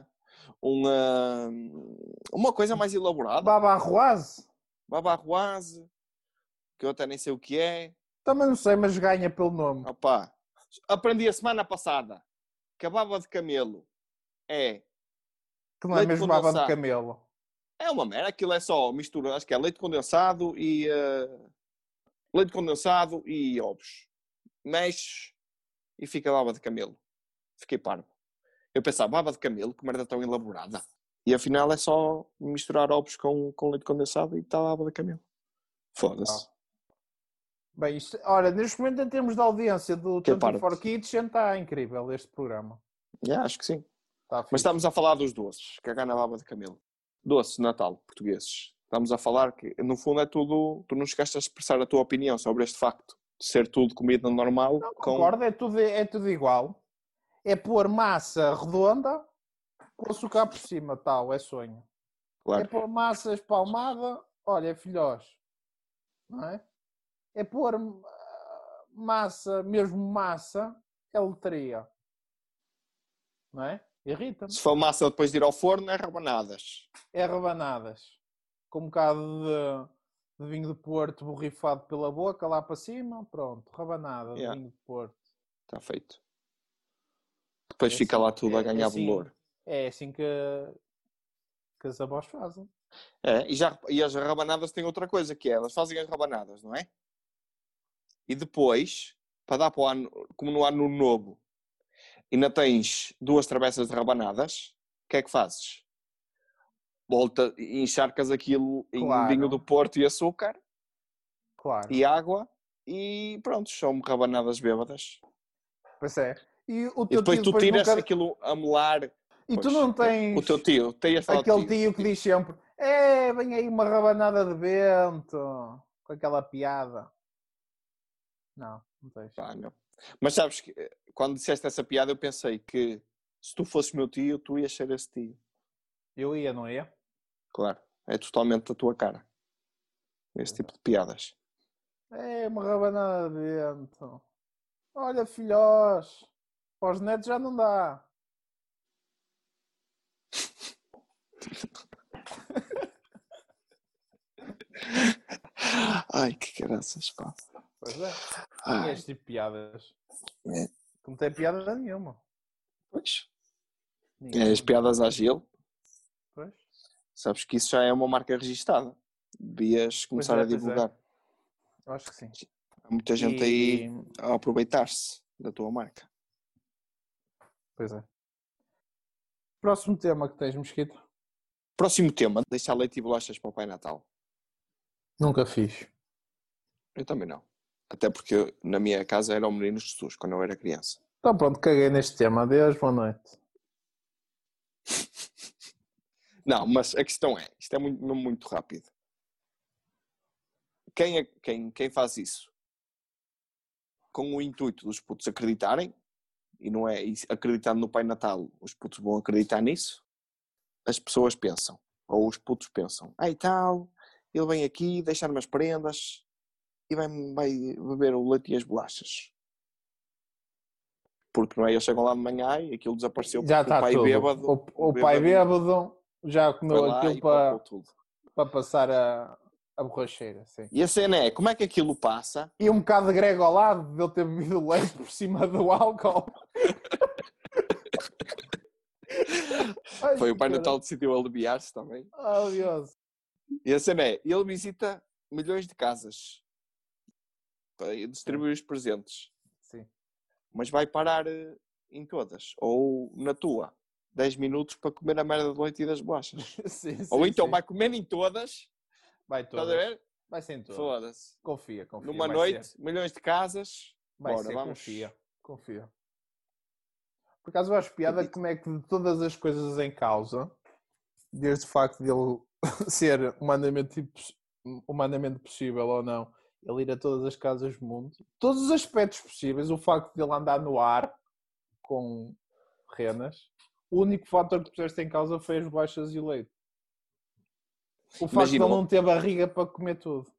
uma coisa mais elaborada. Baba arroise, que eu até nem sei o que é. Também não sei, mas ganha pelo nome. Opa, aprendi a semana passada que a baba de camelo é... Que não é mesmo baba de camelo. É uma merda, aquilo é só mistura, acho que é leite condensado e ovos. Mexes e fica baba de camelo. Fiquei parvo. Eu pensava, baba de camelo, que merda tão elaborada. E afinal é só misturar ovos com leite condensado e está a baba de camelo. Foda-se. Bem, ora, neste momento em termos de audiência do 24 Kitchen está incrível este programa. Acho que sim. Mas estamos a falar dos doces, cagar na baba de camelo. Doces de Natal, portugueses. Estamos a falar que, no fundo, é tudo... Tu não chegaste a expressar a tua opinião sobre este facto de ser tudo comida normal. Não, concordo, é tudo igual. É pôr massa redonda com açúcar por cima, tal, é sonho. Claro. É pôr massa espalmada, olha, é filhós. Não é? É pôr massa, é loteria. Não é? Irrita-me. Se for massa depois de ir ao forno, é rabanadas. É rabanadas. Com um bocado de vinho de Porto borrifado pela boca, lá para cima, pronto. Rabanada de vinho de Porto. Está feito. Depois fica lá tudo a ganhar valor. É assim que as avós fazem. E as rabanadas têm outra coisa, que é, elas fazem as rabanadas, não é? E depois, para dar para o ano, como no ano novo, ainda tens 2 travessas de rabanadas, o que é que fazes? Volta e encharcas aquilo em vinho do Porto e açúcar. Claro. E água. E pronto, são rabanadas bêbadas. Pois é. E depois tu tiras aquilo a melar. E tu não tens... O teu tio. Aquele tio que diz sempre, vem aí uma rabanada de vento. Com aquela piada. Não tens. Não. Mas sabes que quando disseste essa piada eu pensei que se tu fosses meu tio, tu ias ser esse tio. Eu ia, não ia? Claro. É totalmente a tua cara. Esse tipo de piadas. Uma rabanada de vento. Olha, filhós. Para os netos já não dá. Ai, que graças, pá. Pois é. E este tipo de piadas. Não tem piada nenhuma. Pois. As piadas à Gil. Pois. Sabes que isso já é uma marca registada. Devias começar a divulgar. Eu acho que sim. Há muita gente aí a aproveitar-se da tua marca. Pois é. Próximo tema que tens, Mosquito? Próximo tema. Deixar leite e bolachas para o Pai Natal. Nunca fiz. Eu também não. Até porque na minha casa era o Menino Jesus, quando eu era criança. Então pronto, caguei neste tema. Adeus, boa noite. Não, mas a questão é, isto é muito rápido. Quem faz isso com o intuito dos putos acreditarem, e não é acreditando no Pai Natal, os putos vão acreditar nisso, as pessoas pensam, ou os putos pensam, e tal, ele vem aqui, deixar-me as prendas e vai beber o leite e as bolachas. Porque não é? Eles chegam lá de manhã e aquilo desapareceu. Já está tudo. Bêbado, o pai bêbado já comeu aquilo para passar a borracheira. Sim. E a cena é, como é que aquilo passa? E um bocado de grego ao lado de ele ter bebido leite por cima do álcool. Ai, Foi o Pai cara. Natal decidiu aliviar-se também. Aliás. E a cena é, ele visita milhões de casas para distribuir os presentes, Sim. mas vai parar em todas. Ou na tua, 10 minutos para comer a merda de leite e das bolachas. Sim, Ou sim, então sim. vai comer em todas, Vai estás a todas. ver? Vai ser em todas. Foda-se. Confia. Numa vai noite, ser. milhões de casas. Vai Bora, ser, vamos. confia. Por acaso eu acho piada como é que de todas as coisas em causa, desde o facto de ele ser humanamente possível ou não, ele ir a todas as casas do mundo, todos os aspectos possíveis, o facto de ele andar no ar com renas, o único fator que puseste em causa foi as bolachas e o leite. O facto de Imagina, ele não ter barriga para comer tudo.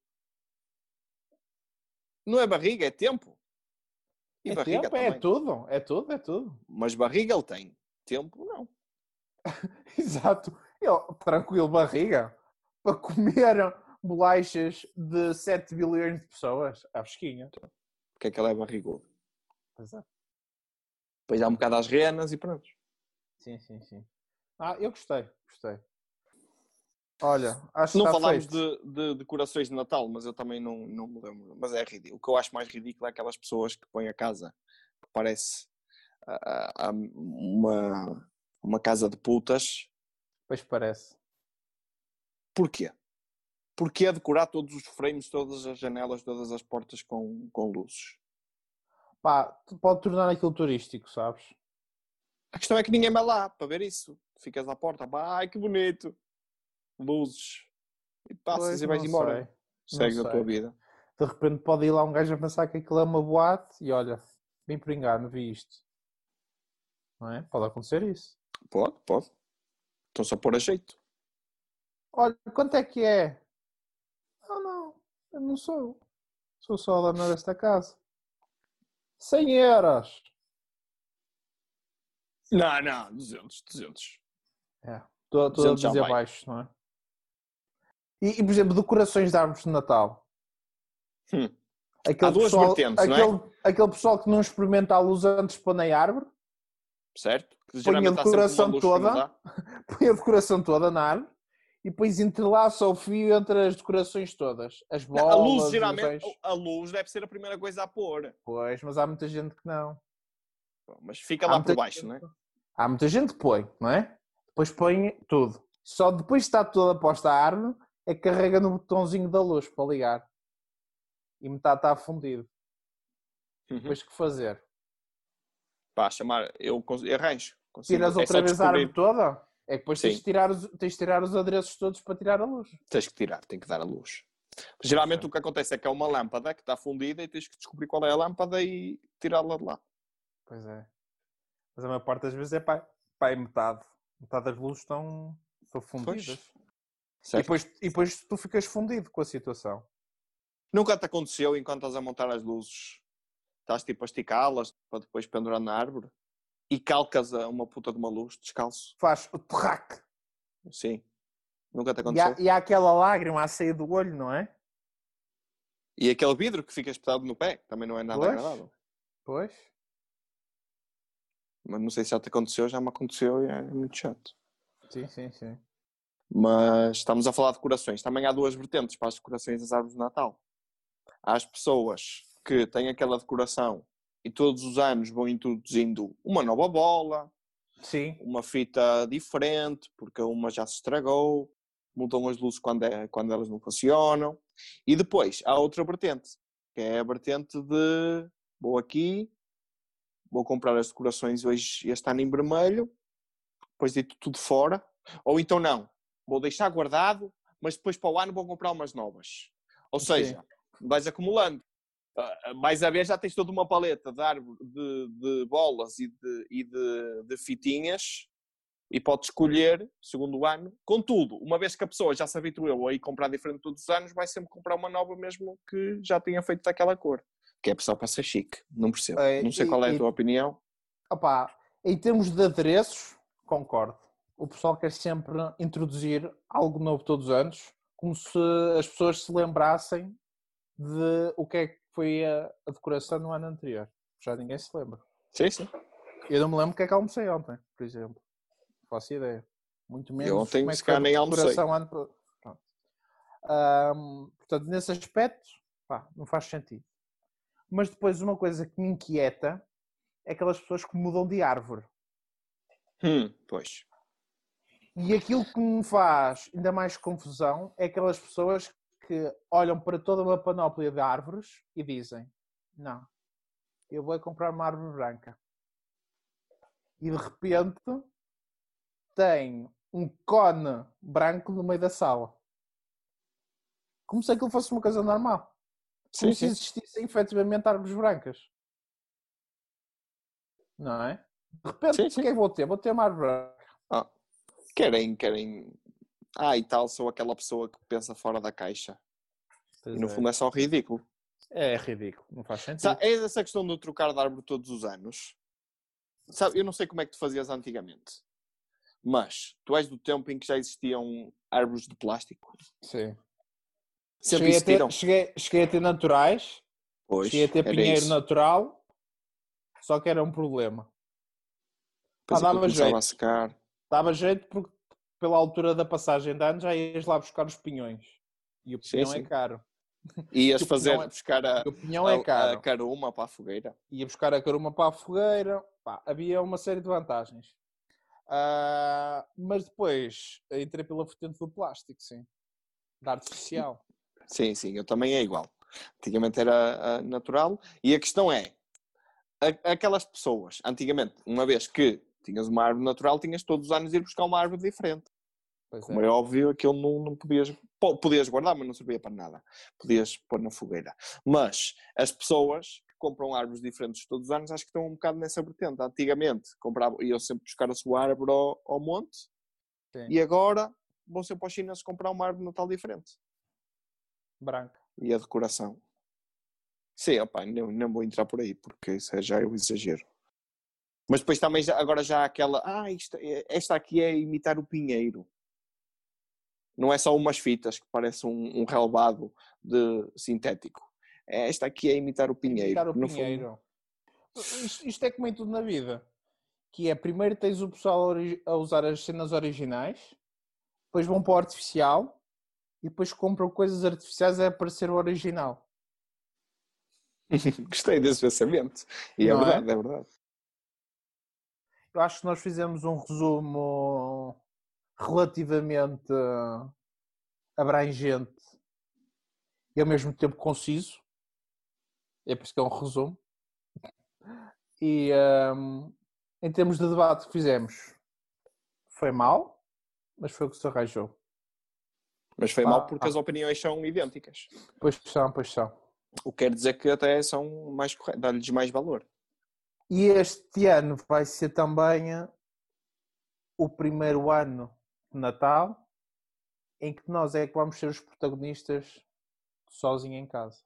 não é barriga, é tempo. E É barriga tempo, é também. tudo, é tudo. Mas barriga ele tem. Tempo, não. Exato. Ele, tranquilo, barriga, para comer bolachas de 7 bilhões de pessoas, à fresquinha. Porque é que ele é barrigudo. Exato. Depois dá um bocado às renas e pronto. Sim. Eu gostei. Olha, acho que Não está falámos feito. de decorações de Natal, mas eu também não me lembro. Mas é ridículo. O que eu acho mais ridículo é aquelas pessoas que põem a casa que parece uma casa de putas. Pois parece. Porquê? Porquê decorar todos os frames, todas as janelas, todas as portas com luzes? Pá, pode tornar aquilo turístico, sabes? A questão é que ninguém vai lá para ver isso. Ficas à porta, ai que bonito, luzes, e passas Pois, e vais não embora. sei. Não Segues a tua sei. vida. De repente pode ir lá um gajo a pensar que aquilo é uma boate e olha, bem por engano, vi isto. Não é? Pode acontecer isso. Pode. Estão só a pôr a jeito. Olha, quanto é que é? Ah, não, eu não sou. Sou só a dona desta casa. 100 euros. Não, 200. É, estou a 200 já dizer vai. baixo, não é? Por exemplo, decorações de árvores de Natal. Há duas vertentes, não é? Aquele pessoal que não experimenta a luz antes de pôr na árvore, Certo? Que põe a geralmente há sempre uma decoração luz que não dá. põe a decoração toda na árvore e depois entrelaça o fio entre as decorações todas. As Não, a luz, bolas, os geralmente, eixos. a luz deve ser a primeira coisa a pôr. Pois, mas há muita gente que não. Mas fica lá por baixo, não é? Há muita gente que põe, não é? Depois põe tudo. Só depois de estar toda posta a árvore é que carrega no botãozinho da luz para ligar. E metade está fundido. Depois que fazer? Pá, chamar, eu arranjo. Tiras outra vez a árvore toda? É que depois Sim. tens de tirar os adereços todos para tirar a luz. Tens que tirar, tem que dar a luz. Geralmente o que acontece é que é uma lâmpada que está fundida e tens que descobrir qual é a lâmpada e tirá-la de lá. Pois é. Mas a maior parte das vezes é pá, é metade. Metade das luzes estão fundidas. E depois tu ficas fundido com a situação. Nunca te aconteceu enquanto estás a montar as luzes, estás tipo a esticá-las para depois pendurar na árvore e calcas uma puta de uma luz descalço? Faz o terraque. Sim. Nunca te aconteceu? E há aquela lágrima a sair do olho, não é? E aquele vidro que fica espetado no pé, que também não é nada agradável. Pois. Mas não sei se já te aconteceu, já me aconteceu e é muito chato. Sim. Mas estamos a falar de decorações. Também há duas vertentes para as decorações das árvores de Natal. Há as pessoas que têm aquela decoração e todos os anos vão introduzindo uma nova bola, sim, uma fita diferente, porque uma já se estragou, mudam as luzes quando elas não funcionam. E depois há outra vertente, que é a vertente de vou aqui, vou comprar as decorações hoje este ano em vermelho, depois dito tudo fora, ou então não, vou deixar guardado, mas depois para o ano vou comprar umas novas. Ou seja, vais acumulando. Mais a vez já tens toda uma paleta de bolas e de fitinhas e podes escolher, segundo o ano. Contudo, uma vez que a pessoa já se habituou a ir comprar diferente todos os anos, vai sempre comprar uma nova mesmo que já tenha feito daquela cor. Que é só para ser chique. Não percebo. Não sei qual é a tua opinião. Opá, em termos de adereços, concordo. O pessoal quer sempre introduzir algo novo todos os anos, como se as pessoas se lembrassem de o que é que foi a decoração no ano anterior. Já ninguém se lembra. Sim. Eu não me lembro o que é que almocei ontem, por exemplo. faço ideia. Muito Eu menos ontem, como é se que foi a calhar, nem almocei. decoração Pronto. Portanto, nesse aspecto, pá, não faz sentido. Mas depois uma coisa que me inquieta é aquelas pessoas que mudam de árvore. Pois. E aquilo que me faz ainda mais confusão é aquelas pessoas que olham para toda uma panóplia de árvores e dizem: não, eu vou comprar uma árvore branca. E de repente tem um cone branco no meio da sala. Como se aquilo fosse uma coisa normal. Como se existissem efetivamente árvores brancas. Não é? De repente, o que é que vou ter? Vou ter uma árvore branca. Querem. E tal, sou aquela pessoa que pensa fora da caixa. Pois e no fundo é só ridículo. É ridículo, não faz sentido. Sabe, é essa questão de trocar de árvore todos os anos. Sabe, eu não sei como é que tu fazias antigamente. Mas tu és do tempo em que já existiam árvores de plástico. Sim. Sempre existiram. Cheguei a ter naturais. Pois, cheguei a ter pinheiro isso. natural. Só que era um problema. Depois dava jeito. A secar. Dava jeito porque pela altura da passagem de anos já ias lá buscar os pinhões. E o pinhão é caro. E ias buscar o pinhão é caro. A caruma para a fogueira. Ia buscar a caruma para a fogueira. Pá, havia uma série de vantagens. Mas depois entrei pela vertente do plástico, sim. Da artificial. Sim, eu também é igual. Antigamente era natural. E a questão é, aquelas pessoas, antigamente, uma vez que tinhas uma árvore natural, tinhas todos os anos de ir buscar uma árvore diferente. Como é óbvio, aquilo não podias guardar, mas não servia para nada. Podias pôr na fogueira. Mas as pessoas que compram árvores diferentes todos os anos, acho que estão um bocado nessa vertente. Antigamente, iam sempre buscar a sua árvore ao monte. Sim. E agora vão sempre aos chineses comprar uma árvore de Natal diferente. Branca. E a decoração. Sim, opa, não vou entrar por aí, porque isso já é o exagero. Mas depois também, agora já há aquela... esta aqui é imitar o pinheiro. Não é só umas fitas que parece um relvado sintético. Esta aqui é imitar o pinheiro. Imitar o pinheiro. Isto é como em tudo na vida. Que é, primeiro tens o pessoal a usar as cenas originais, depois vão para o artificial e depois compram coisas artificiais a parecer o original. Gostei desse pensamento. E é verdade. Eu acho que nós fizemos um resumo relativamente abrangente e ao mesmo tempo conciso. É por isso que é um resumo. E em termos de debate que fizemos, foi mal, mas foi o que se arranjou. Mas foi mal porque as opiniões são idênticas. Pois são. O que quer dizer que até são mais corretas, dá-lhes mais valor. E este ano vai ser também o primeiro ano de Natal em que nós é que vamos ser os protagonistas sozinho em casa.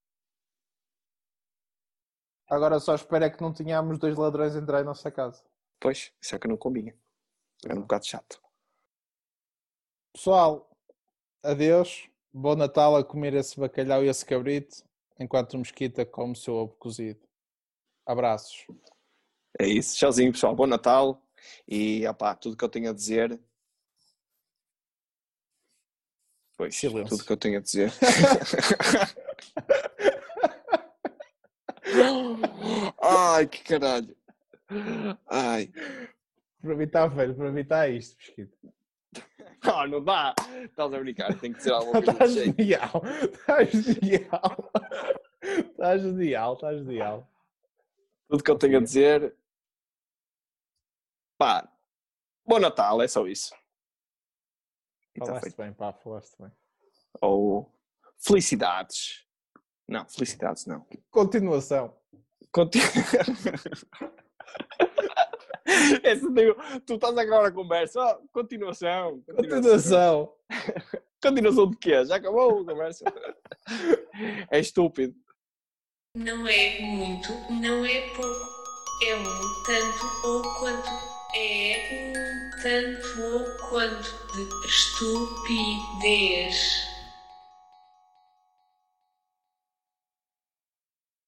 Agora só espero é que não tenhamos 2 ladrões entrar em nossa casa. Pois, isso é que não combina. É um bocado chato. Pessoal, adeus. Bom Natal a comer esse bacalhau e esse cabrito, enquanto o Mesquita come o seu ovo cozido. Abraços. É isso. Tchauzinho, pessoal. Bom Natal. E, tudo que eu tenho a dizer... Pois, silêncio. Tudo que eu tenho a dizer... Ai, que caralho. Ai. Para mim está velho, para mim está isto, Mesquita. Não dá. Estás a brincar, tem que dizer alguma coisa. Estás genial. Tudo que eu tenho a dizer... Bom Natal, é só isso. Falaste bem. Ou felicidades. Não, felicidades não. Continuação. Tu estás agora a conversa. Continuação. Continuação de quê? Já acabou a conversa? É estúpido. Não é muito, não é pouco. É um tanto ou quanto. É um tanto ou quanto de estupidez.